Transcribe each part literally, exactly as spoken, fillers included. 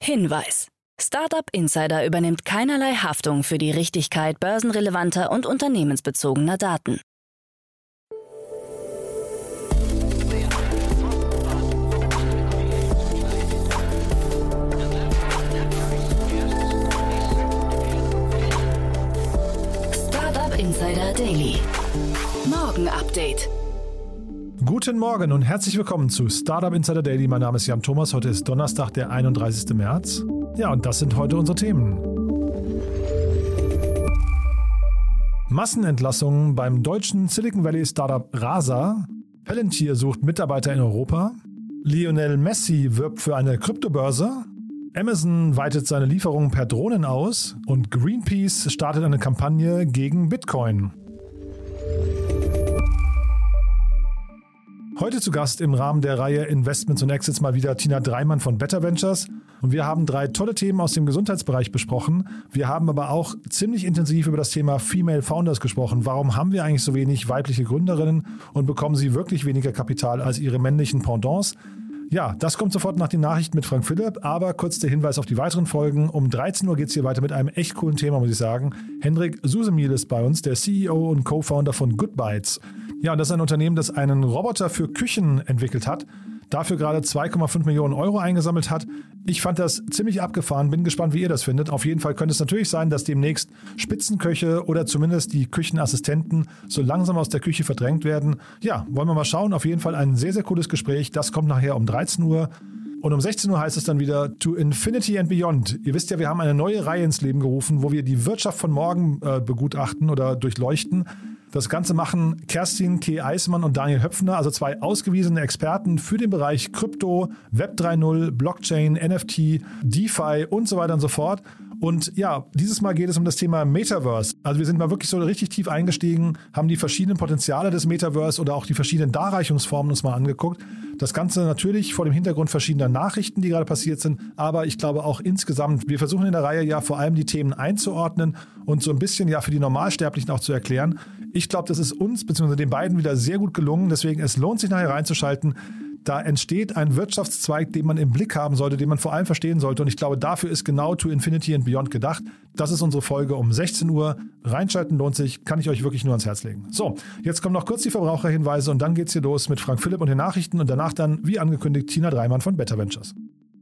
Hinweis: Startup Insider übernimmt keinerlei Haftung für die Richtigkeit börsenrelevanter und unternehmensbezogener Daten. Startup Insider Daily. Morgen Update. Guten Morgen und herzlich willkommen zu Startup Insider Daily. Mein Name ist Jan Thomas. Heute ist Donnerstag, der einunddreißigsten März. Ja, und das sind heute unsere Themen. Massenentlassungen beim deutschen Silicon Valley Startup Rasa. Palantir sucht Mitarbeiter in Europa. Lionel Messi wirbt für eine Kryptobörse. Amazon weitet seine Lieferungen per Drohnen aus. Und Greenpeace startet eine Kampagne gegen Bitcoin. Heute zu Gast im Rahmen der Reihe Investments und Exits mal wieder Tina Dreimann von Better Ventures. Und wir haben drei tolle Themen aus dem Gesundheitsbereich besprochen. Wir haben aber auch ziemlich intensiv über das Thema Female Founders gesprochen. Warum haben wir eigentlich so wenig weibliche Gründerinnen und bekommen sie wirklich weniger Kapital als ihre männlichen Pendants? Ja, das kommt sofort nach den Nachrichten mit Frank Philipp, aber kurz der Hinweis auf die weiteren Folgen. Um dreizehn Uhr geht es hier weiter mit einem echt coolen Thema, muss ich sagen. Hendrik Susemihl ist bei uns, der C E O und Co-Founder von Goodbytes. Ja, und das ist ein Unternehmen, das einen Roboter für Küchen entwickelt hat, dafür gerade zwei Komma fünf Millionen Euro eingesammelt hat. Ich fand das ziemlich abgefahren, bin gespannt, wie ihr das findet. Auf jeden Fall könnte es natürlich sein, dass demnächst Spitzenköche oder zumindest die Küchenassistenten so langsam aus der Küche verdrängt werden. Ja, wollen wir mal schauen. Auf jeden Fall ein sehr, sehr cooles Gespräch. Das kommt nachher um dreizehn Uhr. Und um sechzehn Uhr heißt es dann wieder To Infinity and Beyond. Ihr wisst ja, wir haben eine neue Reihe ins Leben gerufen, wo wir die Wirtschaft von morgen äh, begutachten oder durchleuchten. Das Ganze machen Kerstin K. Eismann und Daniel Höpfner, also zwei ausgewiesene Experten für den Bereich Krypto, Web drei Punkt null, Blockchain, N F T, DeFi und so weiter und so fort. Und ja, dieses Mal geht es um das Thema Metaverse. Also wir sind mal wirklich so richtig tief eingestiegen, haben die verschiedenen Potenziale des Metaverse oder auch die verschiedenen Darreichungsformen uns mal angeguckt. Das Ganze natürlich vor dem Hintergrund verschiedener Nachrichten, die gerade passiert sind. Aber ich glaube auch insgesamt, wir versuchen in der Reihe ja vor allem die Themen einzuordnen und so ein bisschen ja für die Normalsterblichen auch zu erklären. Ich glaube, das ist uns bzw. den beiden wieder sehr gut gelungen. Deswegen, es lohnt sich nachher reinzuschalten. Da entsteht ein Wirtschaftszweig, den man im Blick haben sollte, den man vor allem verstehen sollte. Und ich glaube, dafür ist genau To Infinity and Beyond gedacht. Das ist unsere Folge um sechzehn Uhr. Reinschalten lohnt sich, kann ich euch wirklich nur ans Herz legen. So, jetzt kommen noch kurz die Verbraucherhinweise und dann geht's hier los mit Frank Philipp und den Nachrichten und danach dann, wie angekündigt, Tina Dreimann von Better Ventures.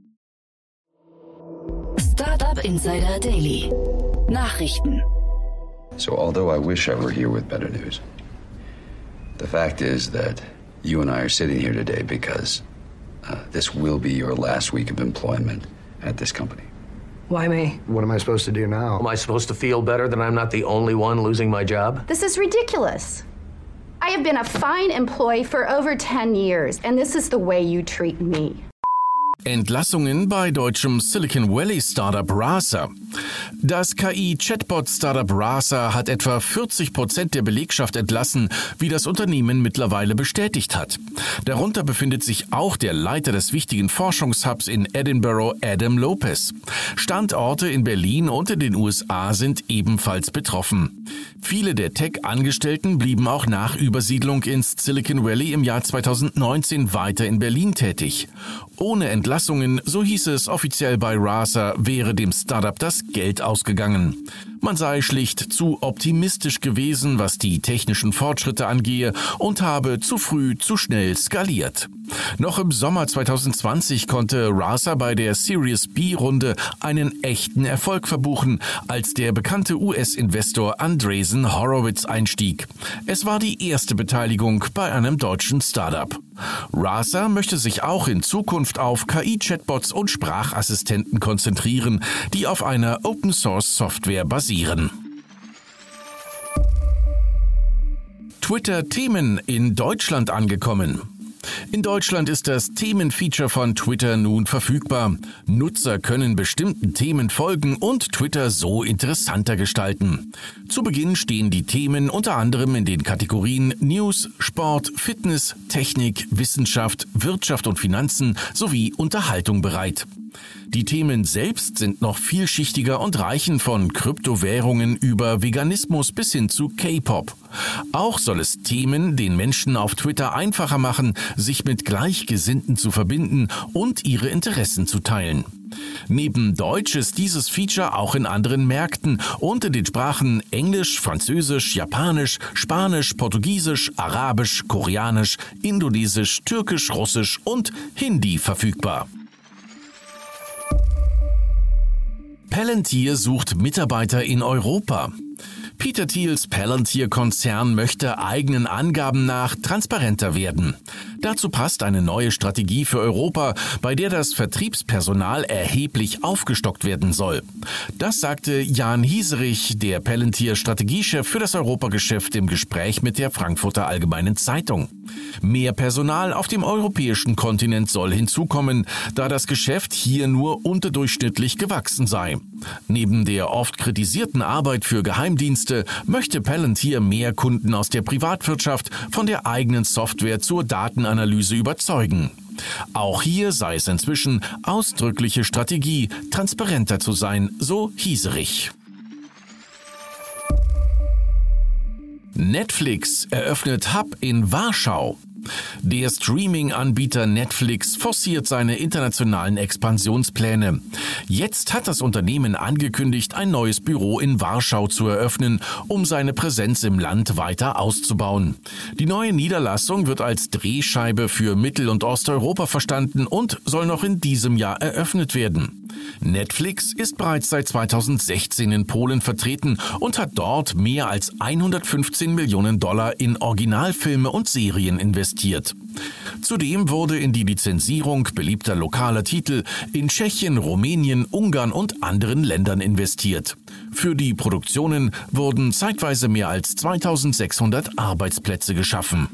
Startup Insider Daily. Nachrichten. So although I wish I were here with better news, the fact is that you and I are sitting here today because uh, this will be your last week of employment at this company. Why me? What am I supposed to do now? Am I supposed to feel better that I'm not the only one losing my job? This is ridiculous. I have been a fine employee for over ten years, and this is the way you treat me. Entlassungen bei deutschem Silicon Valley Startup Rasa. Das K I-Chatbot-Startup Rasa hat etwa vierzig Prozent der Belegschaft entlassen, wie das Unternehmen mittlerweile bestätigt hat. Darunter befindet sich auch der Leiter des wichtigen Forschungshubs in Edinburgh, Adam Lopez. Standorte in Berlin und in den U S A sind ebenfalls betroffen. Viele der Tech-Angestellten blieben auch nach Übersiedlung ins Silicon Valley im Jahr zweitausendneunzehn weiter in Berlin tätig. Ohne Entlassungen, so hieß es offiziell bei Rasa, wäre dem Startup das Geld ausgegangen. Man sei schlicht zu optimistisch gewesen, was die technischen Fortschritte angehe und habe zu früh zu schnell skaliert. Noch im Sommer zweitausendzwanzig konnte Rasa bei der Series B-Runde einen echten Erfolg verbuchen, als der bekannte U S-Investor Andreessen Horowitz einstieg. Es war die erste Beteiligung bei einem deutschen Startup. Rasa möchte sich auch in Zukunft auf K I-Chatbots und Sprachassistenten konzentrieren, die auf einer Open-Source-Software basieren. Twitter-Themen in Deutschland angekommen. In Deutschland ist das Themenfeature von Twitter nun verfügbar. Nutzer können bestimmten Themen folgen und Twitter so interessanter gestalten. Zu Beginn stehen die Themen unter anderem in den Kategorien News, Sport, Fitness, Technik, Wissenschaft, Wirtschaft und Finanzen sowie Unterhaltung bereit. Die Themen selbst sind noch vielschichtiger und reichen von Kryptowährungen über Veganismus bis hin zu K-Pop. Auch soll es Themen den Menschen auf Twitter einfacher machen, sich mit Gleichgesinnten zu verbinden und ihre Interessen zu teilen. Neben Deutsch ist dieses Feature auch in anderen Märkten und in den Sprachen Englisch, Französisch, Japanisch, Spanisch, Portugiesisch, Arabisch, Koreanisch, Indonesisch, Türkisch, Russisch und Hindi verfügbar. Palantir sucht Mitarbeiter in Europa. Peter Thiels Palantir-Konzern möchte eigenen Angaben nach transparenter werden. Dazu passt eine neue Strategie für Europa, bei der das Vertriebspersonal erheblich aufgestockt werden soll. Das sagte Jan Hieserich, der Palantir-Strategiechef für das Europageschäft, im Gespräch mit der Frankfurter Allgemeinen Zeitung. Mehr Personal auf dem europäischen Kontinent soll hinzukommen, da das Geschäft hier nur unterdurchschnittlich gewachsen sei. Neben der oft kritisierten Arbeit für Geheimdienste möchte Palantir mehr Kunden aus der Privatwirtschaft von der eigenen Software zur Datenanalyse überzeugen. Auch hier sei es inzwischen ausdrückliche Strategie, transparenter zu sein, so Hieserich. Netflix eröffnet Hub in Warschau. Der Streaming-Anbieter Netflix forciert seine internationalen Expansionspläne. Jetzt hat das Unternehmen angekündigt, ein neues Büro in Warschau zu eröffnen, um seine Präsenz im Land weiter auszubauen. Die neue Niederlassung wird als Drehscheibe für Mittel- und Osteuropa verstanden und soll noch in diesem Jahr eröffnet werden. Netflix ist bereits seit zweitausendsechzehn in Polen vertreten und hat dort mehr als hundertfünfzehn Millionen Dollar in Originalfilme und Serien investiert. Zudem wurde in die Lizenzierung beliebter lokaler Titel in Tschechien, Rumänien, Ungarn und anderen Ländern investiert. Für die Produktionen wurden zeitweise mehr als zweitausendsechshundert Arbeitsplätze geschaffen.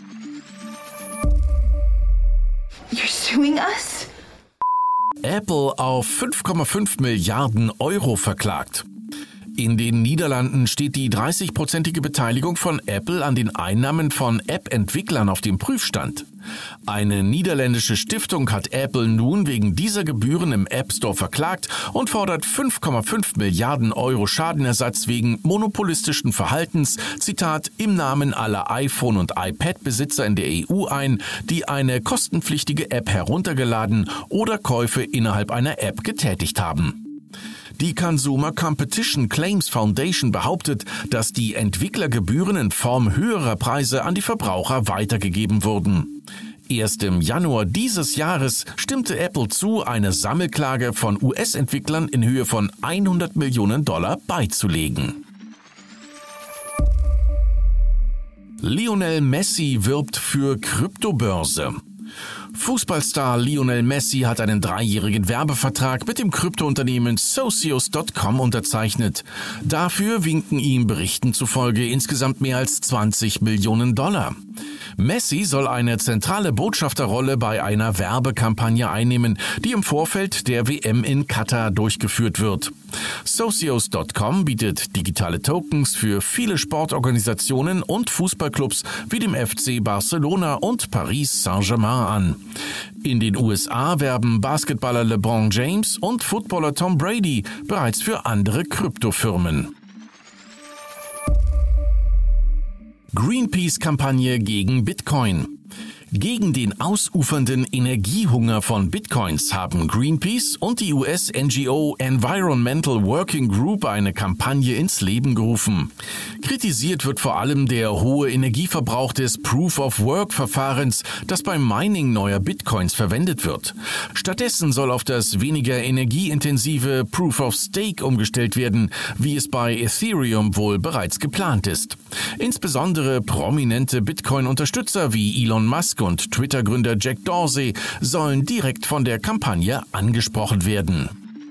You're suing us? Apple auf fünf Komma fünf Milliarden Euro verklagt. In den Niederlanden steht die dreißigprozentige Beteiligung von Apple an den Einnahmen von App-Entwicklern auf dem Prüfstand. Eine niederländische Stiftung hat Apple nun wegen dieser Gebühren im App Store verklagt und fordert fünf Komma fünf Milliarden Euro Schadenersatz wegen monopolistischen Verhaltens, Zitat, im Namen aller iPhone- und iPad-Besitzer in der E U ein, die eine kostenpflichtige App heruntergeladen oder Käufe innerhalb einer App getätigt haben. Die Consumer Competition Claims Foundation behauptet, dass die Entwicklergebühren in Form höherer Preise an die Verbraucher weitergegeben wurden. Erst im Januar dieses Jahres stimmte Apple zu, eine Sammelklage von U S-Entwicklern in Höhe von hundert Millionen Dollar beizulegen. Lionel Messi wirbt für Kryptobörse. Fußballstar Lionel Messi hat einen dreijährigen Werbevertrag mit dem Kryptounternehmen Socios Punkt com unterzeichnet. Dafür winken ihm Berichten zufolge insgesamt mehr als zwanzig Millionen Dollar. Messi soll eine zentrale Botschafterrolle bei einer Werbekampagne einnehmen, die im Vorfeld der W M in Katar durchgeführt wird. Socios Punkt com bietet digitale Tokens für viele Sportorganisationen und Fußballclubs wie dem F C Barcelona und Paris Saint-Germain an. In den U S A werben Basketballer LeBron James und Footballer Tom Brady bereits für andere Kryptofirmen. Greenpeace-Kampagne gegen Bitcoin. Gegen den ausufernden Energiehunger von Bitcoins haben Greenpeace und die U S-N G O Environmental Working Group eine Kampagne ins Leben gerufen. Kritisiert wird vor allem der hohe Energieverbrauch des Proof-of-Work-Verfahrens, das beim Mining neuer Bitcoins verwendet wird. Stattdessen soll auf das weniger energieintensive Proof-of-Stake umgestellt werden, wie es bei Ethereum wohl bereits geplant ist. Insbesondere prominente Bitcoin-Unterstützer wie Elon Musk und Twitter-Gründer Jack Dorsey sollen direkt von der Kampagne angesprochen werden.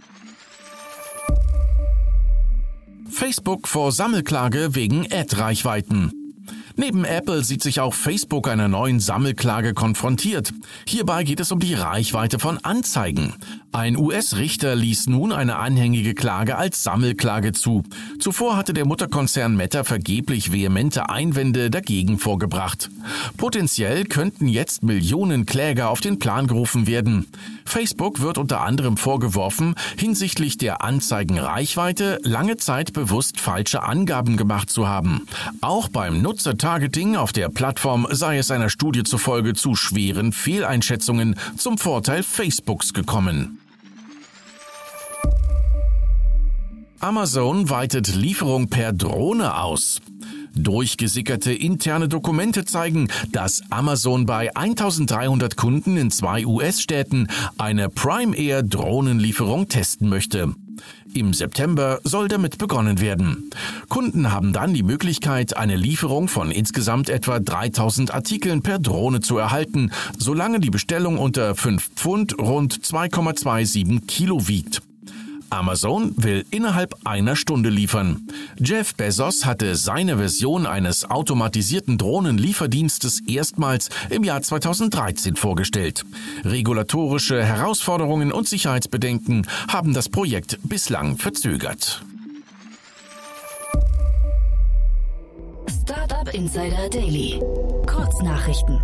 Facebook vor Sammelklage wegen Ad-Reichweiten. Neben Apple sieht sich auch Facebook einer neuen Sammelklage konfrontiert. Hierbei geht es um die Reichweite von Anzeigen. Ein U S-Richter ließ nun eine anhängige Klage als Sammelklage zu. Zuvor hatte der Mutterkonzern Meta vergeblich vehemente Einwände dagegen vorgebracht. Potenziell könnten jetzt Millionen Kläger auf den Plan gerufen werden. Facebook wird unter anderem vorgeworfen, hinsichtlich der Anzeigenreichweite lange Zeit bewusst falsche Angaben gemacht zu haben. Auch beim Nutzertargeting auf der Plattform sei es einer Studie zufolge zu schweren Fehleinschätzungen zum Vorteil Facebooks gekommen. Amazon weitet Lieferung per Drohne aus. Durchgesickerte interne Dokumente zeigen, dass Amazon bei eintausenddreihundert Kunden in zwei U S-Städten eine Prime Air Drohnenlieferung testen möchte. Im September soll damit begonnen werden. Kunden haben dann die Möglichkeit, eine Lieferung von insgesamt etwa dreitausend Artikeln per Drohne zu erhalten, solange die Bestellung unter fünf Pfund rund zwei Komma siebenundzwanzig Kilo wiegt. Amazon will innerhalb einer Stunde liefern. Jeff Bezos hatte seine Version eines automatisierten Drohnenlieferdienstes erstmals im Jahr zweitausenddreizehn vorgestellt. Regulatorische Herausforderungen und Sicherheitsbedenken haben das Projekt bislang verzögert. Startup Insider Daily. Kurznachrichten.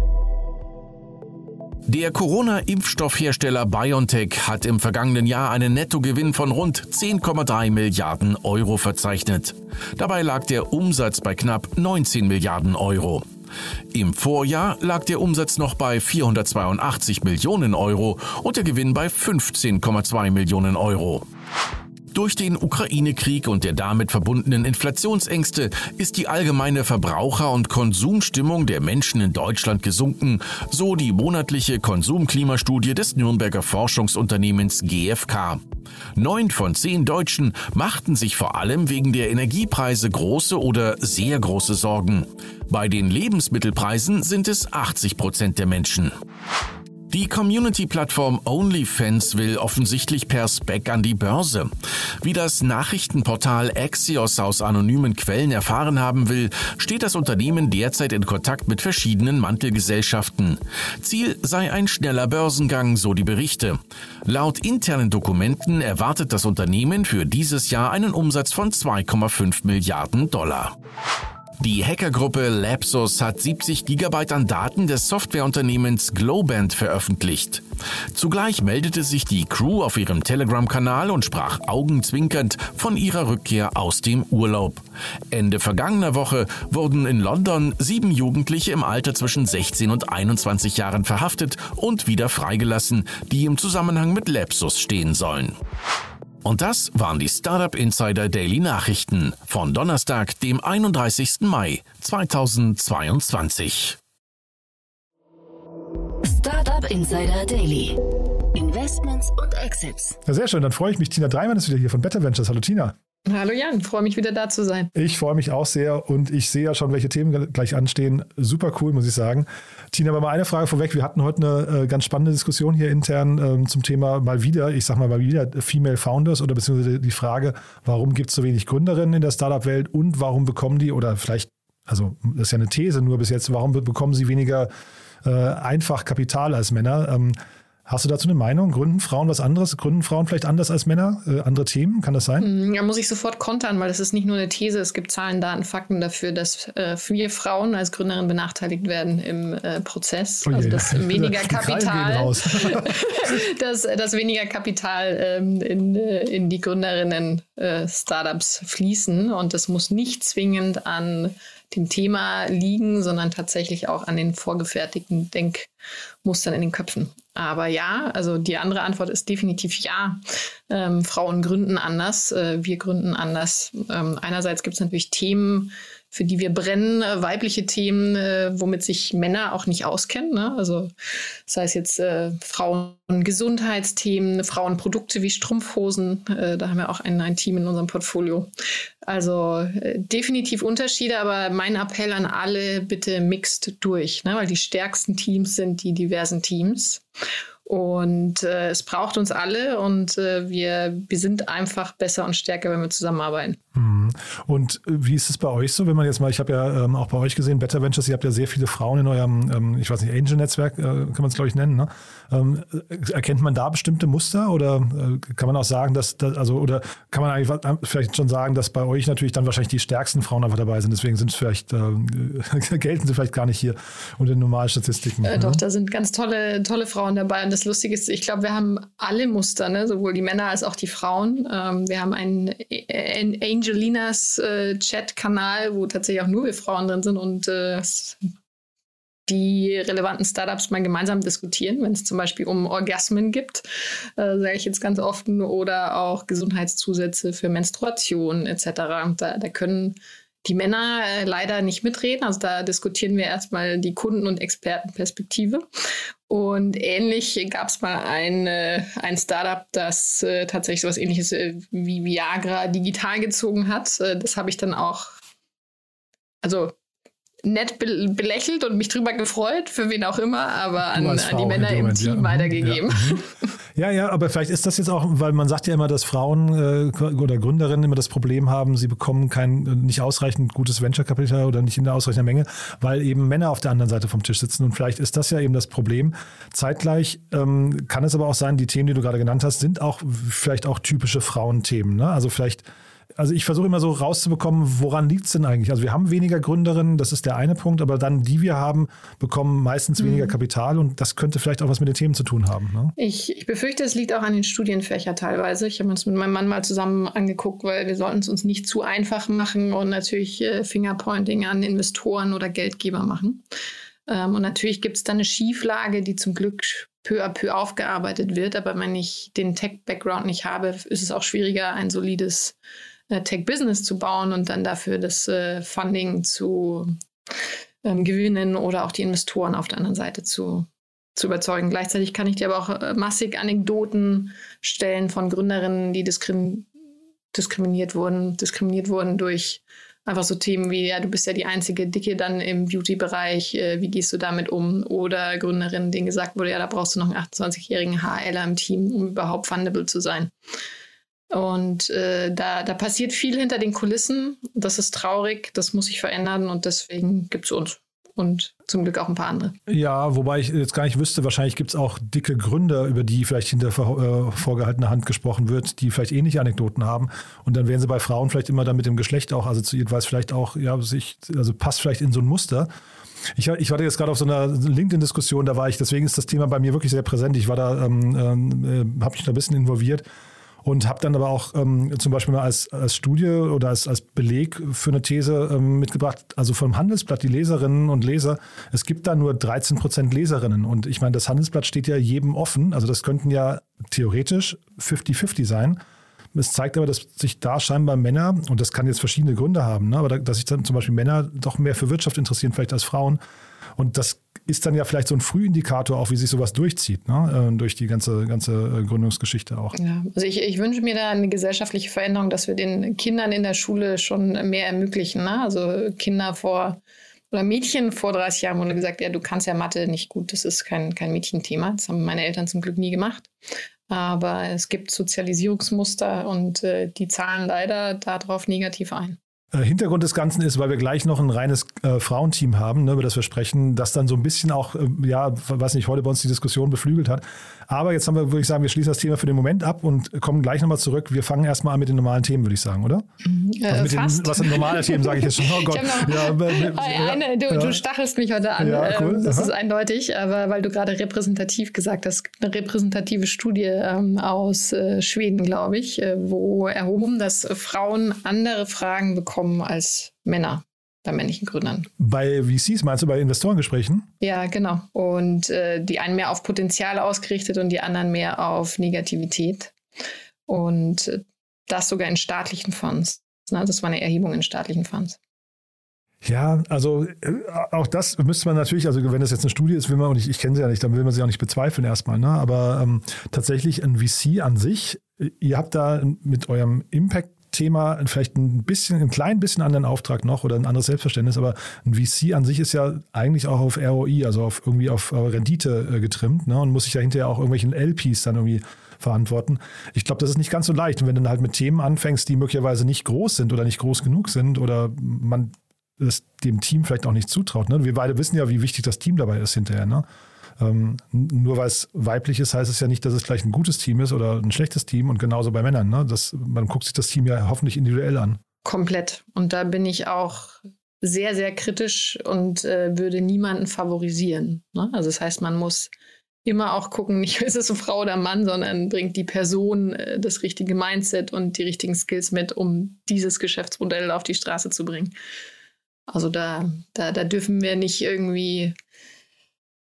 Der Corona-Impfstoffhersteller BioNTech hat im vergangenen Jahr einen Nettogewinn von rund zehn Komma drei Milliarden Euro verzeichnet. Dabei lag der Umsatz bei knapp neunzehn Milliarden Euro. Im Vorjahr lag der Umsatz noch bei vierhundertzweiundachtzig Millionen Euro und der Gewinn bei fünfzehn Komma zwei Millionen Euro. Durch den Ukraine-Krieg und der damit verbundenen Inflationsängste ist die allgemeine Verbraucher- und Konsumstimmung der Menschen in Deutschland gesunken, so die monatliche Konsumklimastudie des Nürnberger Forschungsunternehmens G F K. Neun von zehn Deutschen machten sich vor allem wegen der Energiepreise große oder sehr große Sorgen. Bei den Lebensmittelpreisen sind es achtzig Prozent der Menschen. Die Community-Plattform OnlyFans will offensichtlich per Spec an die Börse. Wie das Nachrichtenportal Axios aus anonymen Quellen erfahren haben will, steht das Unternehmen derzeit in Kontakt mit verschiedenen Mantelgesellschaften. Ziel sei ein schneller Börsengang, so die Berichte. Laut internen Dokumenten erwartet das Unternehmen für dieses Jahr einen Umsatz von zwei Komma fünf Milliarden Dollar. Die Hackergruppe Lapsus hat siebzig Gigabyte an Daten des Softwareunternehmens Globant veröffentlicht. Zugleich meldete sich die Crew auf ihrem Telegram-Kanal und sprach augenzwinkernd von ihrer Rückkehr aus dem Urlaub. Ende vergangener Woche wurden in London sieben Jugendliche im Alter zwischen sechzehn und einundzwanzig Jahren verhaftet und wieder freigelassen, die im Zusammenhang mit Lapsus stehen sollen. Und das waren die Startup Insider Daily Nachrichten von Donnerstag, dem einunddreißigsten Mai zweitausendzweiundzwanzig. Startup Insider Daily. Investments und Exits. Ja, sehr schön, dann freue ich mich. Tina Dreimann ist wieder hier von Better Ventures. Hallo Tina. Hallo Jan, freue mich wieder da zu sein. Ich freue mich auch sehr und ich sehe ja schon, welche Themen gleich anstehen. Super cool, muss ich sagen. Tina, aber mal eine Frage vorweg. Wir hatten heute eine äh, ganz spannende Diskussion hier intern ähm, zum Thema mal wieder, ich sag mal mal wieder Female Founders oder beziehungsweise die Frage, warum gibt es so wenig Gründerinnen in der Startup-Welt und warum bekommen die oder vielleicht, also das ist ja eine These nur bis jetzt, warum bekommen sie weniger äh, einfach Kapital als Männer? Ähm, Hast du dazu eine Meinung? Gründen Frauen was anderes? Gründen Frauen vielleicht anders als Männer? Äh, andere Themen? Kann das sein? Ja, muss ich sofort kontern, weil das ist nicht nur eine These. Es gibt Zahlen, Daten, Fakten dafür, dass äh, wir Frauen als Gründerin benachteiligt werden im äh, Prozess. Oh je. Also dass weniger Kapital, dass, dass weniger Kapital ähm, in, in die Gründerinnen äh, Startups fließen. Und das muss nicht zwingend an dem Thema liegen, sondern tatsächlich auch an den vorgefertigten Denkmustern in den Köpfen. Aber ja, also die andere Antwort ist definitiv ja. Ähm, Frauen gründen anders, äh, wir gründen anders. Ähm, einerseits gibt es natürlich Themen, für die wir brennen, äh, weibliche Themen, äh, womit sich Männer auch nicht auskennen. Ne? Also das heißt jetzt äh, Frauengesundheitsthemen, Frauenprodukte wie Strumpfhosen. Äh, da haben wir auch ein, ein Team in unserem Portfolio. Also äh, definitiv Unterschiede, aber mein Appell an alle, bitte mixt durch, ne? Weil die stärksten Teams sind die diversen Teams. Und äh, es braucht uns alle und äh, wir, wir sind einfach besser und stärker, wenn wir zusammenarbeiten. Und wie ist es bei euch so, wenn man jetzt mal, ich habe ja ähm, auch bei euch gesehen, Better Ventures, ihr habt ja sehr viele Frauen in eurem, ähm, ich weiß nicht, Angel-Netzwerk, äh, kann man es glaube ich nennen, ne? Ähm, erkennt man da bestimmte Muster oder äh, kann man auch sagen, dass, dass, also, oder kann man eigentlich vielleicht schon sagen, dass bei euch natürlich dann wahrscheinlich die stärksten Frauen einfach dabei sind, deswegen sind es vielleicht, äh, gelten sie vielleicht gar nicht hier unter den normalen Statistiken. Äh, doch, da sind ganz tolle, tolle Frauen dabei und das Lustige ist, ich glaube, wir haben alle Muster, ne? Sowohl die Männer als auch die Frauen. Ähm, wir haben einen Angelinas äh, Chat-Kanal, wo tatsächlich auch nur wir Frauen drin sind und äh, die relevanten Startups mal gemeinsam diskutieren, wenn es zum Beispiel um Orgasmen gibt, äh, sage ich jetzt ganz offen, oder auch Gesundheitszusätze für Menstruation et cetera. Da, da können die Männer äh, leider nicht mitreden. Also da diskutieren wir erstmal die Kunden- und Expertenperspektive. Und ähnlich gab es mal ein, äh, ein Startup, das äh, tatsächlich so was Ähnliches äh, wie Viagra digital gezogen hat. Äh, das habe ich dann auch, also nett be- belächelt und mich drüber gefreut, für wen auch immer, aber an, an die Männer im Team ja. weitergegeben. Ja. ja, ja, aber vielleicht ist das jetzt auch, weil man sagt ja immer, dass Frauen äh, oder Gründerinnen immer das Problem haben, sie bekommen kein nicht ausreichend gutes Venture-Kapital oder nicht in der ausreichender Menge, weil eben Männer auf der anderen Seite vom Tisch sitzen und vielleicht ist das ja eben das Problem. Zeitgleich ähm, kann es aber auch sein, die Themen, die du gerade genannt hast, sind auch vielleicht auch typische Frauenthemen. Ne? Also vielleicht Also ich versuche immer so rauszubekommen, woran liegt es denn eigentlich? Also wir haben weniger Gründerinnen, das ist der eine Punkt, aber dann, die wir haben, bekommen meistens mhm. weniger Kapital und das könnte vielleicht auch was mit den Themen zu tun haben. Ne? Ich, ich befürchte, es liegt auch an den Studienfächern teilweise. Ich habe mir das mit meinem Mann mal zusammen angeguckt, weil wir sollten es uns nicht zu einfach machen und natürlich äh, Fingerpointing an Investoren oder Geldgeber machen. Ähm, und natürlich gibt es dann eine Schieflage, die zum Glück peu à peu aufgearbeitet wird. Aber wenn ich den Tech-Background nicht habe, ist es auch schwieriger, ein solides Tech-Business zu bauen und dann dafür das äh, Funding zu ähm, gewinnen oder auch die Investoren auf der anderen Seite zu, zu überzeugen. Gleichzeitig kann ich dir aber auch äh, massig Anekdoten stellen von Gründerinnen, die diskrim- diskriminiert wurden, diskriminiert wurden durch einfach so Themen wie, ja, du bist ja die einzige Dicke dann im Beauty-Bereich, äh, wie gehst du damit um? Oder Gründerinnen, denen gesagt wurde, ja, da brauchst du noch einen achtundzwanzigjährigen HRler im Team, um überhaupt fundable zu sein. Und äh, da, da passiert viel hinter den Kulissen. Das ist traurig, das muss sich verändern und deswegen gibt es uns und zum Glück auch ein paar andere. Ja, wobei ich jetzt gar nicht wüsste, wahrscheinlich gibt es auch dicke Gründer, über die vielleicht hinter vor, äh, vorgehaltener Hand gesprochen wird, die vielleicht ähnliche Anekdoten haben und dann wären sie bei Frauen vielleicht immer dann mit dem Geschlecht auch assoziiert, weil es vielleicht auch, ja, sich, also passt vielleicht in so ein Muster. Ich, ich war jetzt gerade auf so einer LinkedIn-Diskussion, da war ich, deswegen ist das Thema bei mir wirklich sehr präsent. Ich war da, ähm, äh, habe mich da ein bisschen involviert. Und habe dann aber auch ähm, zum Beispiel mal als, als Studie oder als, als Beleg für eine These ähm, mitgebracht, also vom Handelsblatt, die Leserinnen und Leser, es gibt da nur dreizehn Prozent Leserinnen. Und ich meine, das Handelsblatt steht ja jedem offen, also das könnten ja theoretisch fünfzig fünfzig sein. Es zeigt aber, dass sich da scheinbar Männer, und das kann jetzt verschiedene Gründe haben, ne, aber da, dass sich dann zum Beispiel Männer doch mehr für Wirtschaft interessieren, vielleicht als Frauen. Und das ist dann ja vielleicht so ein Frühindikator auch, wie sich sowas durchzieht, ne? Durch die ganze, ganze Gründungsgeschichte auch. Ja, also ich, ich wünsche mir da eine gesellschaftliche Veränderung, dass wir den Kindern in der Schule schon mehr ermöglichen. Ne? Also Kinder vor oder Mädchen vor dreißig Jahren wurde gesagt, ja, du kannst ja Mathe nicht gut, das ist kein, kein Mädchenthema. Das haben meine Eltern zum Glück nie gemacht. Aber es gibt Sozialisierungsmuster und äh, die zahlen leider darauf negativ ein. Hintergrund des Ganzen ist, weil wir gleich noch ein reines äh, Frauenteam haben, ne, über das wir sprechen, das dann so ein bisschen auch, äh, ja, weiß nicht, heute bei uns die Diskussion beflügelt hat. Aber jetzt haben wir, würde ich sagen, wir schließen das Thema für den Moment ab und kommen gleich nochmal zurück. Wir fangen erstmal an mit den normalen Themen, würde ich sagen, oder? Äh, also mit fast. Den, was sind normale Themen, sage ich jetzt schon. Oh Gott. Ja, eine, du, ja. du stachelst mich heute an. Ja, cool. Das Aha. ist eindeutig, aber weil du gerade repräsentativ gesagt hast, es gibt eine repräsentative Studie ähm, aus äh, Schweden, glaube ich, äh, wo erhoben, dass Frauen andere Fragen bekommen als Männer bei männlichen Gründern. Bei V Cs meinst du, bei Investorengesprächen? Ja, genau. Und äh, die einen mehr auf Potenzial ausgerichtet und die anderen mehr auf Negativität. Und äh, das sogar in staatlichen Fonds. Na, das war eine Erhebung in staatlichen Fonds. Ja, also auch das müsste man natürlich, also wenn das jetzt eine Studie ist, will man, und ich, ich kenne sie ja nicht, dann will man sie auch nicht bezweifeln erstmal, ne? Aber ähm, tatsächlich ein V C an sich, ihr habt da mit eurem Impact Thema vielleicht ein bisschen, ein klein bisschen anderen Auftrag noch oder ein anderes Selbstverständnis, aber ein V C an sich ist ja eigentlich auch auf R O I, also auf irgendwie auf Rendite äh, getrimmt, ne, und muss sich ja hinterher auch irgendwelchen L Ps dann irgendwie verantworten. Ich glaube, das ist nicht ganz so leicht. Und wenn du dann halt mit Themen anfängst, die möglicherweise nicht groß sind oder nicht groß genug sind oder man es dem Team vielleicht auch nicht zutraut, ne? Wir beide wissen ja, wie wichtig das Team dabei ist hinterher, ne? Ähm, nur weil es weiblich ist, heißt es ja nicht, dass es gleich ein gutes Team ist oder ein schlechtes Team und genauso bei Männern. Ne? Das, man guckt sich das Team ja hoffentlich individuell an. Komplett. Und da bin ich auch sehr, sehr kritisch und äh, würde niemanden favorisieren. Ne? Also das heißt, man muss immer auch gucken, nicht ist es eine Frau oder ein Mann, sondern bringt die Person äh, das richtige Mindset und die richtigen Skills mit, um dieses Geschäftsmodell auf die Straße zu bringen. Also da, da, da dürfen wir nicht irgendwie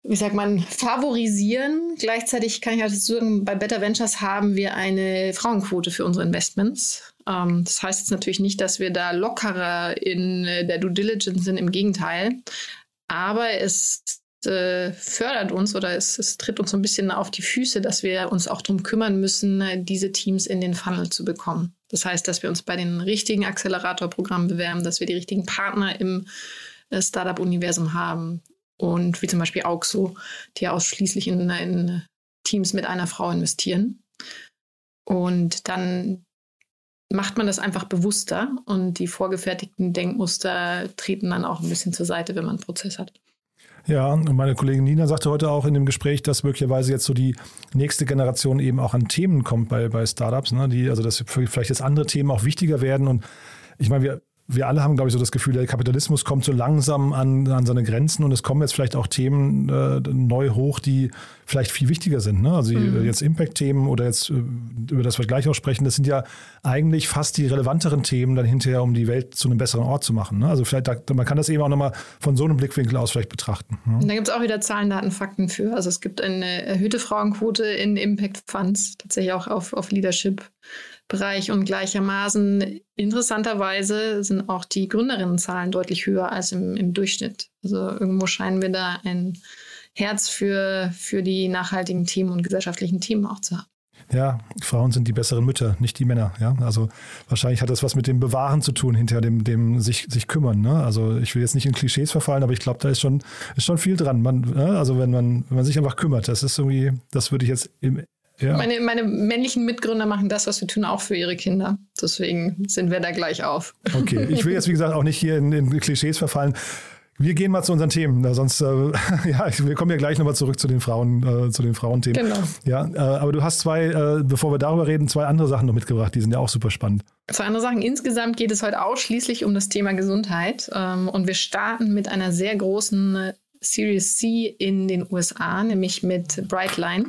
wie sagt man, favorisieren. Gleichzeitig kann ich halt sagen, bei Better Ventures haben wir eine Frauenquote für unsere Investments. Ähm, das heißt jetzt natürlich nicht, dass wir da lockerer in der Due Diligence sind, im Gegenteil. Aber es äh, fördert uns oder es, es tritt uns so ein bisschen auf die Füße, dass wir uns auch darum kümmern müssen, diese Teams in den Funnel zu bekommen. Das heißt, dass wir uns bei den richtigen Accelerator-Programmen bewerben, dass wir die richtigen Partner im äh, Startup-Universum haben. Und wie zum Beispiel Auxo, die ausschließlich in, in Teams mit einer Frau investieren. Und dann macht man das einfach bewusster und die vorgefertigten Denkmuster treten dann auch ein bisschen zur Seite, wenn man einen Prozess hat. Ja, und meine Kollegin Nina sagte heute auch in dem Gespräch, dass möglicherweise jetzt so die nächste Generation eben auch an Themen kommt bei, bei Startups, ne, die, also dass vielleicht jetzt andere Themen auch wichtiger werden. Und ich meine, wir Wir alle haben, glaube ich, so das Gefühl, der Kapitalismus kommt so langsam an, an seine Grenzen und es kommen jetzt vielleicht auch Themen äh, neu hoch, die vielleicht viel wichtiger sind. Ne? Also mhm. jetzt Impact-Themen oder jetzt, über das wir gleich auch sprechen, das sind ja eigentlich fast die relevanteren Themen dann hinterher, um die Welt zu einem besseren Ort zu machen. Ne? Also vielleicht, da, man kann das eben auch nochmal von so einem Blickwinkel aus vielleicht betrachten. Ne? Und da gibt es auch wieder Zahlen, Daten, Fakten für. Also es gibt eine erhöhte Frauenquote in Impact-Funds, tatsächlich auch auf, auf Leadership-Bereich und gleichermaßen interessanterweise sind auch die Gründerinnenzahlen deutlich höher als im, im Durchschnitt. Also irgendwo scheinen wir da ein Herz für, für die nachhaltigen Themen und gesellschaftlichen Themen auch zu haben. Ja, Frauen sind die besseren Mütter, nicht die Männer. Ja, also wahrscheinlich hat das was mit dem Bewahren zu tun, hinter dem, dem sich, sich kümmern. Ne? Also ich will jetzt nicht in Klischees verfallen, aber ich glaube, da ist schon, ist schon viel dran. Man, ne? Also wenn man, wenn man sich einfach kümmert, das ist irgendwie, das würde ich jetzt im Ja. Meine, meine männlichen Mitgründer machen das, was wir tun, auch für ihre Kinder. Deswegen sind wir da gleich auf. Okay, ich will jetzt, wie gesagt, auch nicht hier in, in Klischees verfallen. Wir gehen mal zu unseren Themen, sonst, äh, ja, wir kommen ja gleich nochmal zurück zu den Frauen, äh, zu den Frauenthemen. Genau. Ja, äh, aber du hast zwei, äh, bevor wir darüber reden, zwei andere Sachen noch mitgebracht, die sind ja auch super spannend. Zwei andere Sachen. Insgesamt geht es heute ausschließlich um das Thema Gesundheit. Ähm, und wir starten mit einer sehr großen Series C in den U S A, nämlich mit Brightline.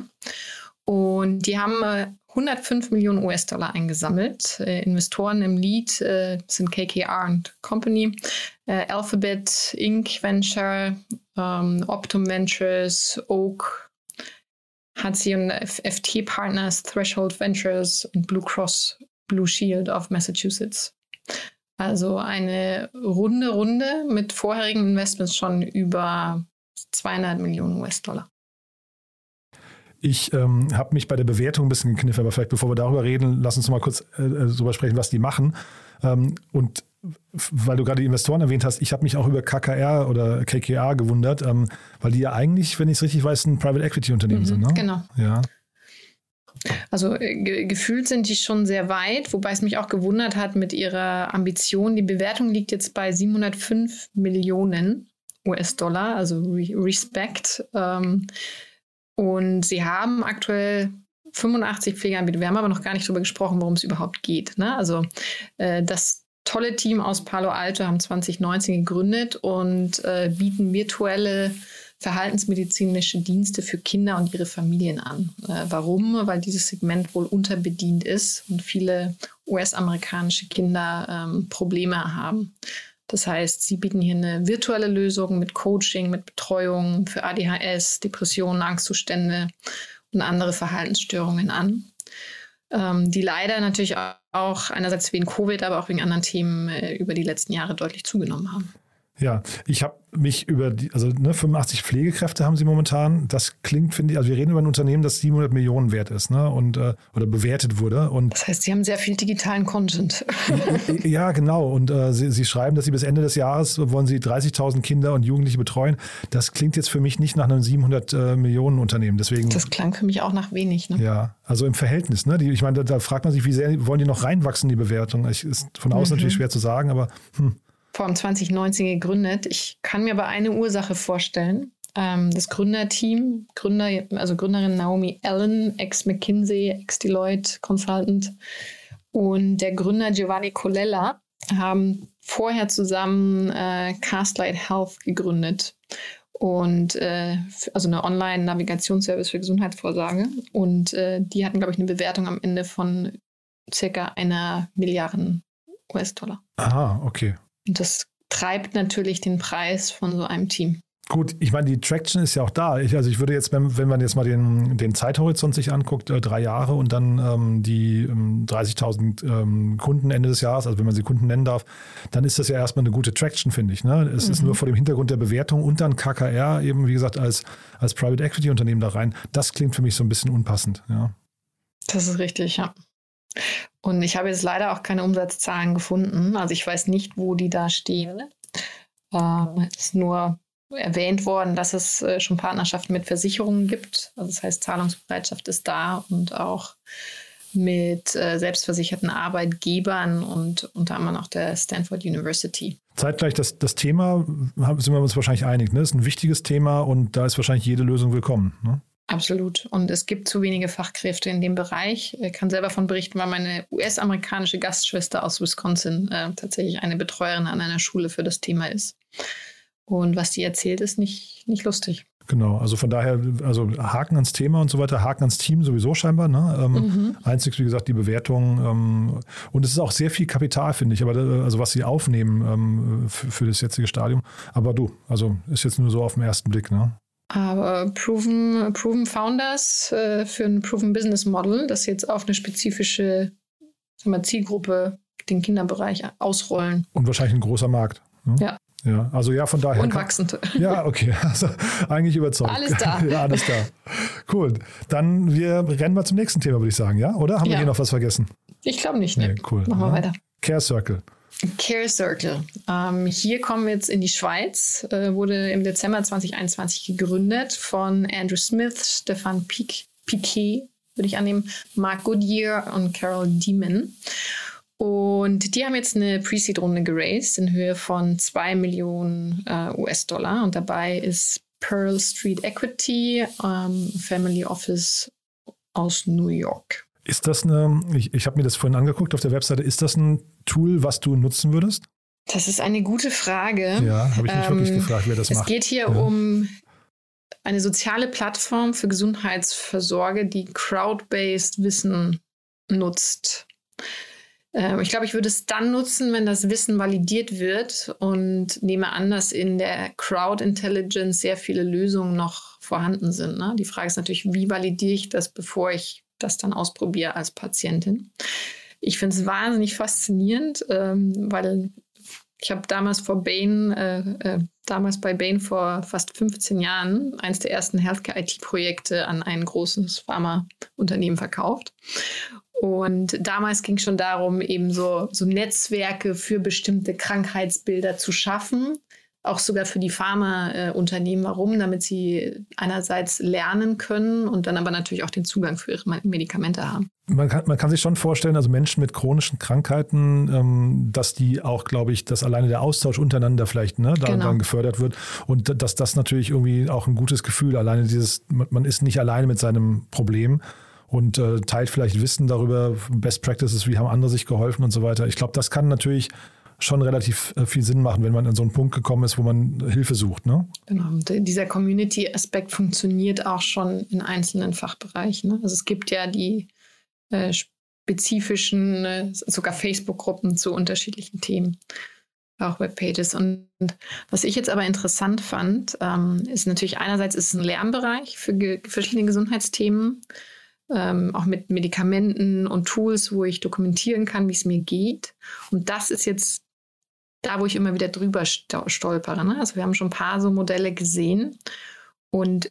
Und die haben äh, hundertfünf Millionen U S-Dollar eingesammelt. Äh, Investoren im Lead äh, sind K K R und Company, äh, Alphabet, Inc Venture, ähm, Optum Ventures, Oak, H C und F T Partners, Threshold Ventures und Blue Cross Blue Shield of Massachusetts. Also eine runde Runde mit vorherigen Investments schon über zweihundert Millionen U S-Dollar. Ich ähm, habe mich bei der Bewertung ein bisschen gekniffen, aber vielleicht bevor wir darüber reden, lass uns noch mal kurz äh, darüber sprechen, was die machen. Ähm, und weil du gerade die Investoren erwähnt hast, ich habe mich auch über K K R oder K K R gewundert, ähm, weil die ja eigentlich, wenn ich es richtig weiß, ein Private Equity Unternehmen mhm, sind. Ne? Genau. Ja. Also ge- gefühlt sind die schon sehr weit, wobei es mich auch gewundert hat mit ihrer Ambition. Die Bewertung liegt jetzt bei siebenhundertfünf Millionen U S-Dollar, also re- Respect. Ähm, Und sie haben aktuell fünfundachtzig Pflegeanbieter. Wir haben aber noch gar nicht darüber gesprochen, worum es überhaupt geht. Ne? Also äh, das tolle Team aus Palo Alto haben zwanzig neunzehn gegründet und äh, bieten virtuelle verhaltensmedizinische Dienste für Kinder und ihre Familien an. Äh, warum? Weil dieses Segment wohl unterbedient ist und viele U S-amerikanische Kinder ähm, Probleme haben. Das heißt, sie bieten hier eine virtuelle Lösung mit Coaching, mit Betreuung für A D H S, Depressionen, Angstzustände und andere Verhaltensstörungen an, ähm, die leider natürlich auch einerseits wegen Covid, aber auch wegen anderen Themen äh, über die letzten Jahre deutlich zugenommen haben. Ja, ich habe mich über die, also ne, fünfundachtzig Pflegekräfte haben sie momentan. Das klingt, finde ich, also wir reden über ein Unternehmen, das siebenhundert Millionen wert ist, ne, und äh, oder bewertet wurde. Und das heißt, sie haben sehr viel digitalen Content. Ja, genau. Und äh, sie, sie schreiben, dass sie bis Ende des Jahres wollen sie dreißigtausend Kinder und Jugendliche betreuen. Das klingt jetzt für mich nicht nach einem siebenhundert Millionen Unternehmen. Deswegen. Das klang für mich auch nach wenig. Ne? Ja, also im Verhältnis. Ne? Die, ich meine, da, da fragt man sich, wie sehr wollen die noch reinwachsen, die Bewertung? Ich, ist von außen mhm. natürlich schwer zu sagen, aber hm. Vor allem zwanzig neunzehn gegründet. Ich kann mir aber eine Ursache vorstellen. Ähm, das Gründerteam, Gründer, also Gründerin Naomi Allen, ex-McKinsey, ex-Deloitte Consultant und der Gründer Giovanni Colella haben vorher zusammen äh, Castlight Health gegründet. Und äh, also eine Online-Navigationsservice für Gesundheitsvorsorge. Und äh, die hatten, glaube ich, eine Bewertung am Ende von circa einer Milliarde U S-Dollar. Aha, okay. Und das treibt natürlich den Preis von so einem Team. Gut, ich meine, die Traction ist ja auch da. Ich, also ich würde jetzt, wenn, wenn man jetzt mal den, den Zeithorizont sich anguckt, äh, drei Jahre und dann ähm, die ähm, dreißigtausend ähm, Kunden Ende des Jahres, also wenn man sie Kunden nennen darf, dann ist das ja erstmal eine gute Traction, finde ich. Ne? Es mhm. ist nur vor dem Hintergrund der Bewertung und dann K K R eben, wie gesagt, als, als Private Equity Unternehmen da rein. Das klingt für mich so ein bisschen unpassend. Ja. Das ist richtig, ja. Und ich habe jetzt leider auch keine Umsatzzahlen gefunden. Also ich weiß nicht, wo die da stehen. Ähm, es ist nur erwähnt worden, dass es äh, schon Partnerschaften mit Versicherungen gibt. Also das heißt, Zahlungsbereitschaft ist da und auch mit äh, selbstversicherten Arbeitgebern und unter anderem auch der Stanford University. Zeitgleich das, das Thema, sind wir uns wahrscheinlich einig, ne? Das ist ein wichtiges Thema und da ist wahrscheinlich jede Lösung willkommen. Ne? Absolut. Und es gibt zu wenige Fachkräfte in dem Bereich. Ich kann selber davon berichten, weil meine U S-amerikanische Gastschwester aus Wisconsin äh, tatsächlich eine Betreuerin an einer Schule für das Thema ist. Und was die erzählt, ist nicht, nicht lustig. Genau, also von daher, also Haken ans Thema und so weiter, Haken ans Team sowieso scheinbar. Ne? Ähm, mhm. Einzig, wie gesagt, die Bewertung. Ähm, und es ist auch sehr viel Kapital, finde ich, aber also was sie aufnehmen ähm, für, für das jetzige Stadium. Aber du, also ist jetzt nur so auf den ersten Blick, ne? Aber Proven, Proven Founders äh, für ein Proven Business Model, das jetzt auf eine spezifische sagen wir, Zielgruppe, den Kinderbereich ausrollen. Und wahrscheinlich ein großer Markt. Ne? Ja. Ja, also ja, von daher. Und wachsend. Ja, okay. Also eigentlich überzeugt. Alles da. Ja, alles da. Cool. Dann wir rennen mal zum nächsten Thema, würde ich sagen, ja? Oder haben ja. wir hier noch was vergessen? Ich glaube nicht, ne? Nee, cool. Machen wir ja. weiter. Care Circle. Care Circle. Ähm, hier kommen wir jetzt in die Schweiz. Äh, wurde im Dezember zwanzig einundzwanzig gegründet von Andrew Smith, Stefan Piquet, würde ich annehmen, Mark Goodyear und Carol Diemen. Und die haben jetzt eine Pre-Seed-Runde geraced in Höhe von zwei Millionen äh, U S-Dollar. Und dabei ist Pearl Street Equity, ähm, Family Office aus New York. Ist das eine, ich, ich habe mir das vorhin angeguckt auf der Webseite, ist das ein Tool, was du nutzen würdest? Das ist eine gute Frage. Ja, habe ich mich ähm, wirklich gefragt, wer das es macht. Es geht hier ja. um eine soziale Plattform für Gesundheitsversorge, die crowd-based Wissen nutzt. Ich glaube, ich würde es dann nutzen, wenn das Wissen validiert wird und nehme an, dass in der Crowd Intelligence sehr viele Lösungen noch vorhanden sind. Ne? Die Frage ist natürlich, wie validiere ich das, bevor ich das dann ausprobiere als Patientin? Ich finde es wahnsinnig faszinierend, ähm, weil ich habe damals vor Bain, äh, äh, damals bei Bain vor fast fünfzehn Jahren eines der ersten Healthcare-I T-Projekte an ein großes Pharmaunternehmen verkauft. Und damals ging es schon darum, eben so, so Netzwerke für bestimmte Krankheitsbilder zu schaffen, auch sogar für die Pharmaunternehmen. Warum? Damit sie einerseits lernen können und dann aber natürlich auch den Zugang für ihre Medikamente haben. Man kann, man kann sich schon vorstellen, also Menschen mit chronischen Krankheiten, ähm, dass die auch, glaube ich, dass alleine der Austausch untereinander vielleicht ne, da, genau. dann gefördert wird und dass das natürlich irgendwie auch ein gutes Gefühl, alleine dieses, man ist nicht alleine mit seinem Problem. Und äh, teilt vielleicht Wissen darüber, Best Practices, wie haben andere sich geholfen und so weiter. Ich glaube, das kann natürlich schon relativ äh, viel Sinn machen, wenn man an so einen Punkt gekommen ist, wo man Hilfe sucht. Ne? Genau, und dieser Community-Aspekt funktioniert auch schon in einzelnen Fachbereichen. Ne? Also es gibt ja die äh, spezifischen, äh, sogar Facebook-Gruppen zu unterschiedlichen Themen, auch Webpages. Und was ich jetzt aber interessant fand, ähm, ist natürlich einerseits ist es ein Lernbereich für ge- verschiedene Gesundheitsthemen, Ähm, auch mit Medikamenten und Tools, wo ich dokumentieren kann, wie es mir geht. Und das ist jetzt da, wo ich immer wieder drüber stolpere. Ne? Also wir haben schon ein paar so Modelle gesehen. Und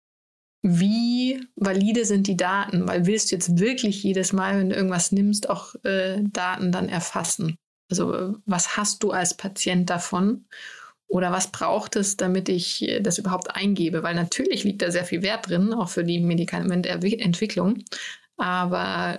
wie valide sind die Daten? Weil willst du jetzt wirklich jedes Mal, wenn du irgendwas nimmst, auch äh, Daten dann erfassen? Also was hast du als Patient davon? Oder was braucht es, damit ich das überhaupt eingebe? Weil natürlich liegt da sehr viel Wert drin, auch für die Medikamententwicklung. Aber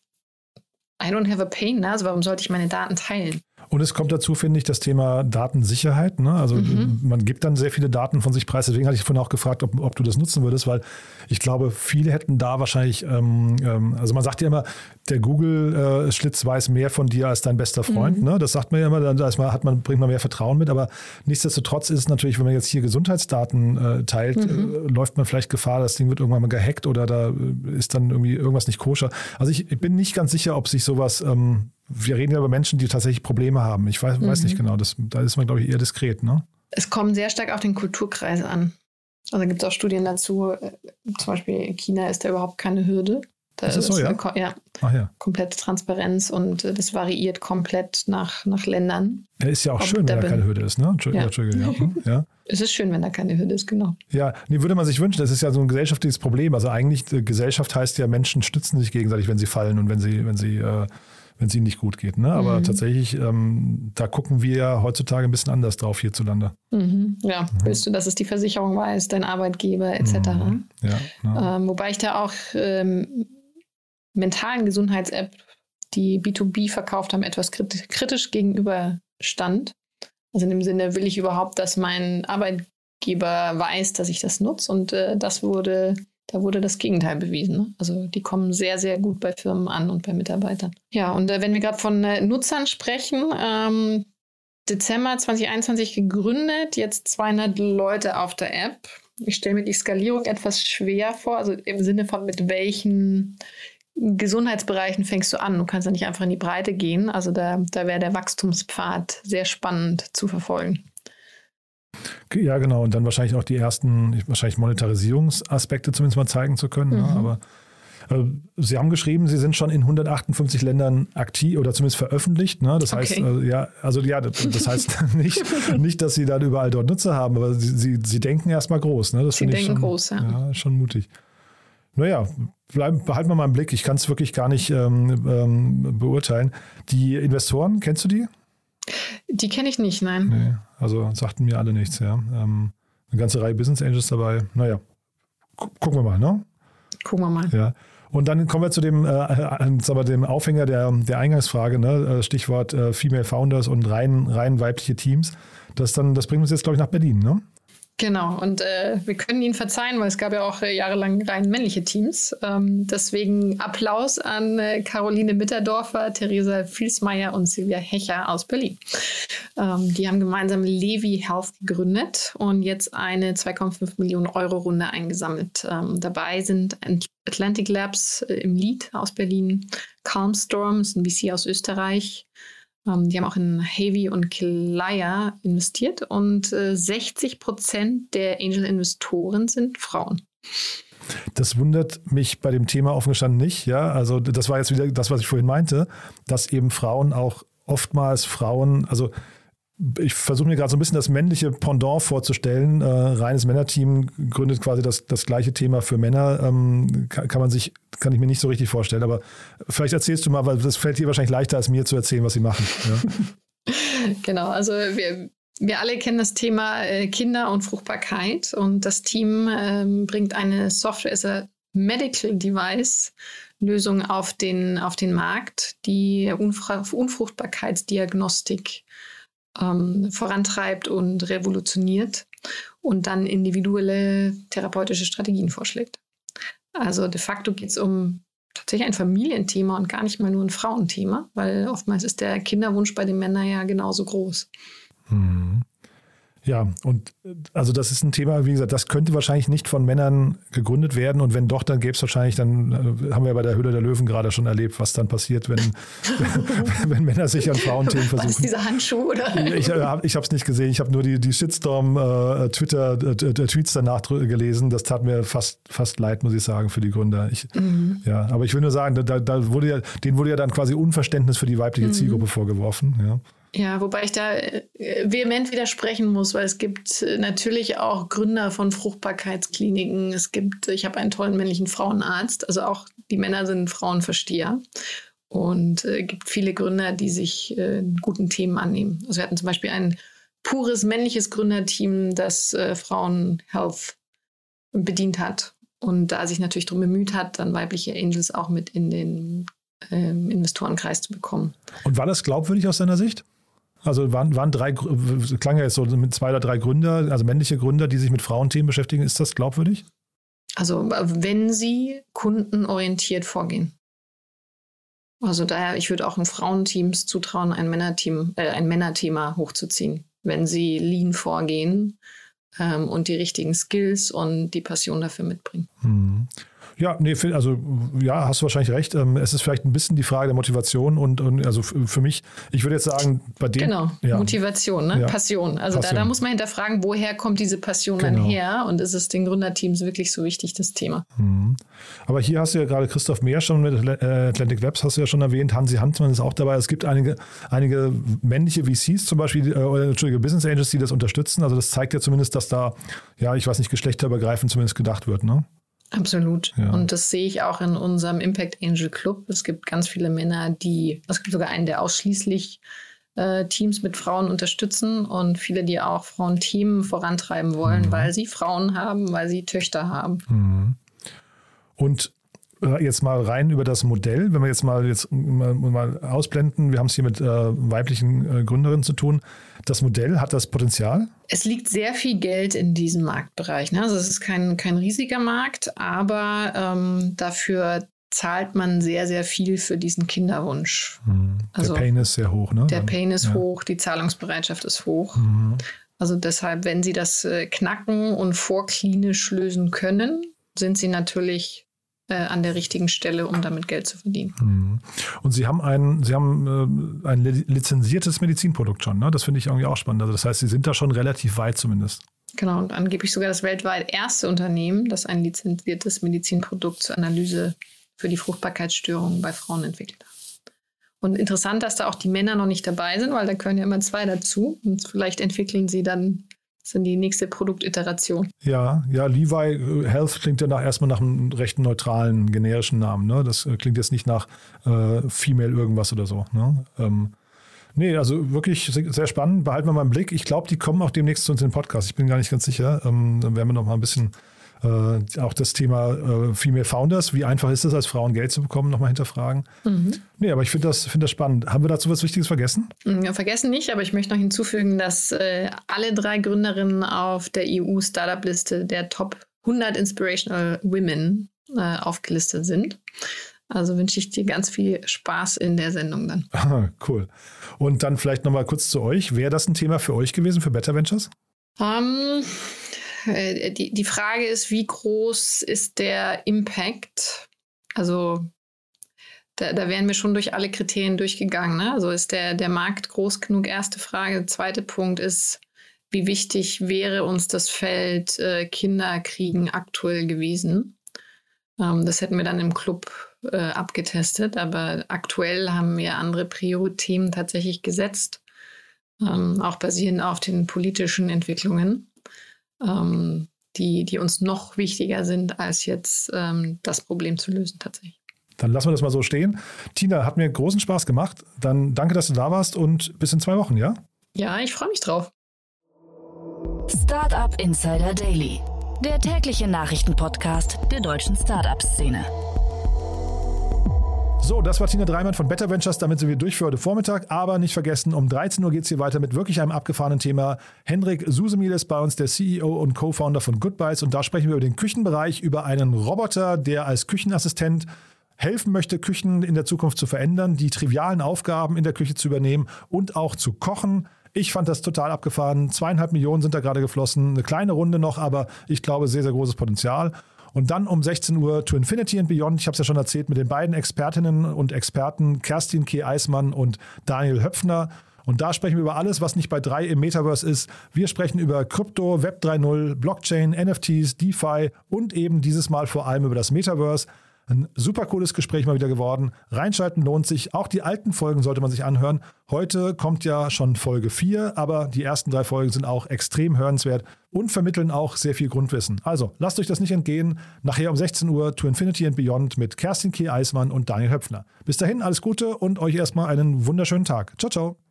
I don't have a pain, ne? Also warum sollte ich meine Daten teilen? Und es kommt dazu, finde ich, das Thema Datensicherheit. Ne? Also mhm. man gibt dann sehr viele Daten von sich preis. Deswegen hatte ich vorhin auch gefragt, ob, ob du das nutzen würdest, weil ich glaube, viele hätten da wahrscheinlich, ähm, ähm, also man sagt ja immer, der Google-Schlitz äh, weiß mehr von dir als dein bester Freund. Mhm. Ne? Das sagt man ja immer, da ist man, hat man, bringt man mehr Vertrauen mit. Aber nichtsdestotrotz ist es natürlich, wenn man jetzt hier Gesundheitsdaten äh, teilt, mhm. äh, läuft man vielleicht Gefahr, das Ding wird irgendwann mal gehackt oder da äh, ist dann irgendwie irgendwas nicht koscher. Also ich, ich bin nicht ganz sicher, ob sich sowas... Ähm, wir reden ja über Menschen, die tatsächlich Probleme haben. Ich weiß, mhm. weiß nicht genau, das, da ist man, glaube ich, eher diskret, ne? Es kommt sehr stark auf den Kulturkreis an. Also gibt es auch Studien dazu, zum Beispiel China ist da überhaupt keine Hürde. Da ist das so, ja? Eine, ja, Ach, ja. komplette Transparenz und das variiert komplett nach, nach Ländern. Ja, ist ja auch Ob schön, wenn da keine Hürde ist, ne? Entschuldigung, ja. Entschuldigung, ja. ja. Es ist schön, wenn da keine Hürde ist, genau. Ja, nee, würde man sich wünschen, das ist ja so ein gesellschaftliches Problem. Also eigentlich, äh, Gesellschaft heißt ja, Menschen stützen sich gegenseitig, wenn sie fallen und wenn sie, wenn sie, äh, wenn es ihnen nicht gut geht. Ne? Aber mhm. tatsächlich, ähm, da gucken wir ja heutzutage ein bisschen anders drauf hierzulande. Mhm. Ja, mhm. willst du, dass es die Versicherung weiß, dein Arbeitgeber et cetera. Mhm. Ja, ja. Ähm, wobei ich da auch ähm, mentalen Gesundheits-App, die B zwei B verkauft haben, etwas kritisch gegenüber stand. Also in dem Sinne, will ich überhaupt, dass mein Arbeitgeber weiß, dass ich das nutze? Und äh, das wurde, da wurde das Gegenteil bewiesen. Ne? Also die kommen sehr, sehr gut bei Firmen an und bei Mitarbeitern. Ja, und äh, wenn wir gerade von äh, Nutzern sprechen, ähm, Dezember zwanzig einundzwanzig gegründet, jetzt zweihundert Leute auf der App. Ich stelle mir die Skalierung etwas schwer vor, also im Sinne von mit welchen Gesundheitsbereichen fängst du an? Du kannst ja nicht einfach in die Breite gehen. Also da, da wäre der Wachstumspfad sehr spannend zu verfolgen. Ja, genau. Und dann wahrscheinlich auch die ersten, wahrscheinlich Monetarisierungsaspekte zumindest mal zeigen zu können. Mhm. Ne? Aber äh, Sie haben geschrieben, Sie sind schon in hundertachtundfünfzig Ländern aktiv oder zumindest veröffentlicht. Ne? Das okay. heißt, äh, ja, also ja, das, das heißt nicht, nicht, dass Sie dann überall dort Nutzer haben, aber Sie, Sie, Sie denken erstmal groß. Ne? Das Sie denken ich schon, groß, ja. ja. Schon mutig. Naja, bleib, behalten wir mal im Blick. Ich kann es wirklich gar nicht ähm, ähm, beurteilen. Die Investoren, kennst du die? Die kenne ich nicht, nein. Nee, also sagten mir alle nichts, ja. Ähm, eine ganze Reihe Business Angels dabei. Naja, gu- gucken wir mal, ne? Gucken wir mal. Ja. Und dann kommen wir zu dem, äh, sagen wir, dem Aufhänger der, der Eingangsfrage, ne? Stichwort äh, Female Founders und rein, rein weibliche Teams. Das, dann, das bringt uns jetzt, glaube ich, nach Berlin, ne? Genau, und äh, wir können Ihnen verzeihen, weil es gab ja auch äh, jahrelang rein männliche Teams. Ähm, deswegen Applaus an äh, Caroline Mitterdorfer, Theresa Vilsmeier und Silvia Hecher aus Berlin. Ähm, die haben gemeinsam Levi Health gegründet und jetzt eine zwei Komma fünf Millionen Euro Runde eingesammelt. Ähm, dabei sind Atlantic Labs äh, im Lead aus Berlin, Calm Storm ist ein V C aus Österreich. Die haben auch in Heavy und Kilaya investiert und äh, sechzig Prozent der Angel-Investoren sind Frauen. Das wundert mich bei dem Thema offen gestanden nicht. Ja, also das war jetzt wieder das, was ich vorhin meinte, dass eben Frauen auch oftmals Frauen, also ich versuche mir gerade so ein bisschen das männliche Pendant vorzustellen. Äh, reines Männerteam gründet quasi das, das gleiche Thema für Männer. Ähm, kann, kann man sich, kann ich mir nicht so richtig vorstellen. Aber vielleicht erzählst du mal, weil das fällt dir wahrscheinlich leichter als mir zu erzählen, was sie machen. Ja? Genau, also wir, wir alle kennen das Thema äh, Kinder und Fruchtbarkeit. Und das Team ähm, bringt eine Software as a Medical Device Lösung auf den, auf den Markt, die Unfra- Unfruchtbarkeitsdiagnostik Ähm, vorantreibt und revolutioniert und dann individuelle therapeutische Strategien vorschlägt. Also de facto geht es um tatsächlich ein Familienthema und gar nicht mal nur ein Frauenthema, weil oftmals ist der Kinderwunsch bei den Männern ja genauso groß. Hm. Ja, und also das ist ein Thema, wie gesagt, das könnte wahrscheinlich nicht von Männern gegründet werden und wenn doch, dann gäbe es wahrscheinlich, dann äh, haben wir bei der Höhle der Löwen gerade schon erlebt, was dann passiert, wenn, wenn, wenn Männer sich an Frauenthemen versuchen. Was ist dieser Handschuh, oder? Ich, äh, ich habe es nicht gesehen, ich habe nur die, die Shitstorm-Twitter-Tweets äh, danach gelesen, das tat mir fast, fast leid, muss ich sagen, für die Gründer. Ich, mhm. Ja, aber ich will nur sagen, da, da wurde ja, denen wurde ja dann quasi Unverständnis für die weibliche mhm. Zielgruppe vorgeworfen, ja. Ja, wobei ich da vehement widersprechen muss, weil es gibt natürlich auch Gründer von Fruchtbarkeitskliniken. Es gibt, ich habe einen tollen männlichen Frauenarzt, also auch die Männer sind Frauenversteher. Und es äh, gibt viele Gründer, die sich äh, guten Themen annehmen. Also wir hatten zum Beispiel ein pures männliches Gründerteam, das äh, Frauen-Health bedient hat. Und da sich natürlich darum bemüht hat, dann weibliche Angels auch mit in den ähm, Investorenkreis zu bekommen. Und war das glaubwürdig aus deiner Sicht? Also waren, waren drei, klang ja jetzt so mit zwei oder drei Gründer, also männliche Gründer, die sich mit Frauenthemen beschäftigen. Ist das glaubwürdig? Also wenn sie kundenorientiert vorgehen. Also daher, ich würde auch im Frauenteams zutrauen, ein Männerteam, äh, ein Männerthema hochzuziehen, wenn sie lean vorgehen ähm, und die richtigen Skills und die Passion dafür mitbringen. Hm. Ja, nee, also ja, hast du wahrscheinlich recht. Es ist vielleicht ein bisschen die Frage der Motivation und, und also für mich, ich würde jetzt sagen, bei dem... Genau, ja. Motivation, ne? Ja. Passion. Also Passion. Da, da muss man hinterfragen, woher kommt diese Passion genau. dann her und ist es den Gründerteams wirklich so wichtig, das Thema? Mhm. Aber hier hast du ja gerade Christoph Mehr schon mit Atlantic Labs, hast du ja schon erwähnt, Hansi Handmann ist auch dabei. Es gibt einige, einige männliche V Cs zum Beispiel, äh, Entschuldige, Business Angels, die das unterstützen. Also das zeigt ja zumindest, dass da, ja, ich weiß nicht, geschlechterübergreifend zumindest gedacht wird, ne? Absolut. Ja. Und das sehe ich auch in unserem Impact Angel Club. Es gibt ganz viele Männer, die, es gibt sogar einen, der ausschließlich äh, Teams mit Frauen unterstützen und viele, die auch Frauenthemen vorantreiben wollen, mhm. weil sie Frauen haben, weil sie Töchter haben. Mhm. Und jetzt mal rein über das Modell, wenn wir jetzt mal jetzt mal, mal ausblenden, wir haben es hier mit äh, weiblichen äh, Gründerinnen zu tun. Das Modell, hat das Potenzial? Es liegt sehr viel Geld in diesem Marktbereich. Ne? Also es ist kein, kein riesiger Markt, aber ähm, dafür zahlt man sehr, sehr viel für diesen Kinderwunsch. Mhm. Der also, Pain ist sehr hoch, ne? Der Pain ist ja. hoch, die Zahlungsbereitschaft ist hoch. Mhm. Also deshalb, wenn Sie das äh, knacken und vorklinisch lösen können, sind Sie natürlich an der richtigen Stelle, um damit Geld zu verdienen. Und Sie haben ein, Sie haben ein lizenziertes Medizinprodukt schon, ne? Das finde ich irgendwie auch spannend. Also das heißt, Sie sind da schon relativ weit zumindest. Genau, und angeblich sogar das weltweit erste Unternehmen, das ein lizenziertes Medizinprodukt zur Analyse für die Fruchtbarkeitsstörungen bei Frauen entwickelt hat. Und interessant, dass da auch die Männer noch nicht dabei sind, weil da können ja immer zwei dazu. Und vielleicht entwickeln sie dann Das ist die nächste Produktiteration. Ja, ja, Levi Health klingt ja nach, erstmal nach einem recht neutralen, generischen Namen. Ne? Das klingt jetzt nicht nach äh, Female irgendwas oder so. Ne? Ähm, nee, also wirklich sehr spannend. Behalten wir mal im Blick. Ich glaube, die kommen auch demnächst zu uns in den Podcast. Ich bin gar nicht ganz sicher. Ähm, dann werden wir noch mal ein bisschen äh, auch das Thema äh, Female Founders, wie einfach ist es, als Frauen Geld zu bekommen, nochmal hinterfragen. Mhm. Nee, aber ich finde das, find das spannend. Haben wir dazu was Wichtiges vergessen? Ja, vergessen nicht, aber ich möchte noch hinzufügen, dass äh, alle drei Gründerinnen auf der E U-Startup-Liste der Top hundert Inspirational Women äh, aufgelistet sind. Also wünsche ich dir ganz viel Spaß in der Sendung dann. Aha, cool. Und dann vielleicht nochmal kurz zu euch. Wäre das ein Thema für euch gewesen, für Better Ventures? Um, die, die Frage ist, wie groß ist der Impact? Also da, da wären wir schon durch alle Kriterien durchgegangen. Ne? Also ist der, der Markt groß genug? Erste Frage. Zweiter Punkt ist, wie wichtig wäre uns das Feld äh, Kinderkriegen aktuell gewesen? Ähm, das hätten wir dann im Club äh, abgetestet, aber aktuell haben wir andere Prio-Themen tatsächlich gesetzt, ähm, auch basierend auf den politischen Entwicklungen, ähm, die, die uns noch wichtiger sind, als jetzt ähm, das Problem zu lösen tatsächlich. Dann lassen wir das mal so stehen. Tina, hat mir großen Spaß gemacht. Dann danke, dass du da warst und bis in zwei Wochen, ja? Ja, ich freue mich drauf. Startup Insider Daily, der tägliche Nachrichtenpodcast der deutschen Startup-Szene. So, das war Tina Dreimann von Better Ventures. Damit sind wir durch für heute Vormittag. Aber nicht vergessen, um dreizehn Uhr geht es hier weiter mit wirklich einem abgefahrenen Thema. Hendrik Susemihl ist bei uns der C E O und Co-Founder von Goodbytes. Und da sprechen wir über den Küchenbereich, über einen Roboter, der als Küchenassistent helfen möchte, Küchen in der Zukunft zu verändern, die trivialen Aufgaben in der Küche zu übernehmen und auch zu kochen. Ich fand das total abgefahren. Zweieinhalb Millionen sind da gerade geflossen. Eine kleine Runde noch, aber ich glaube, sehr, sehr großes Potenzial. Und dann um sechzehn Uhr To Infinity and Beyond. Ich habe es ja schon erzählt mit den beiden Expertinnen und Experten Kerstin K. Eismann und Daniel Höpfner. Und da sprechen wir über alles, was nicht bei drei im Metaverse ist. Wir sprechen über Krypto, Web drei Punkt null, Blockchain, N F Ts, DeFi und eben dieses Mal vor allem über das Metaverse. Ein super cooles Gespräch mal wieder geworden. Reinschalten lohnt sich. Auch die alten Folgen sollte man sich anhören. Heute kommt ja schon Folge vier, aber die ersten drei Folgen sind auch extrem hörenswert und vermitteln auch sehr viel Grundwissen. Also lasst euch das nicht entgehen. Nachher um sechzehn Uhr To Infinity and Beyond mit Kerstin K. Eismann und Daniel Höpfner. Bis dahin alles Gute und euch erstmal einen wunderschönen Tag. Ciao, ciao.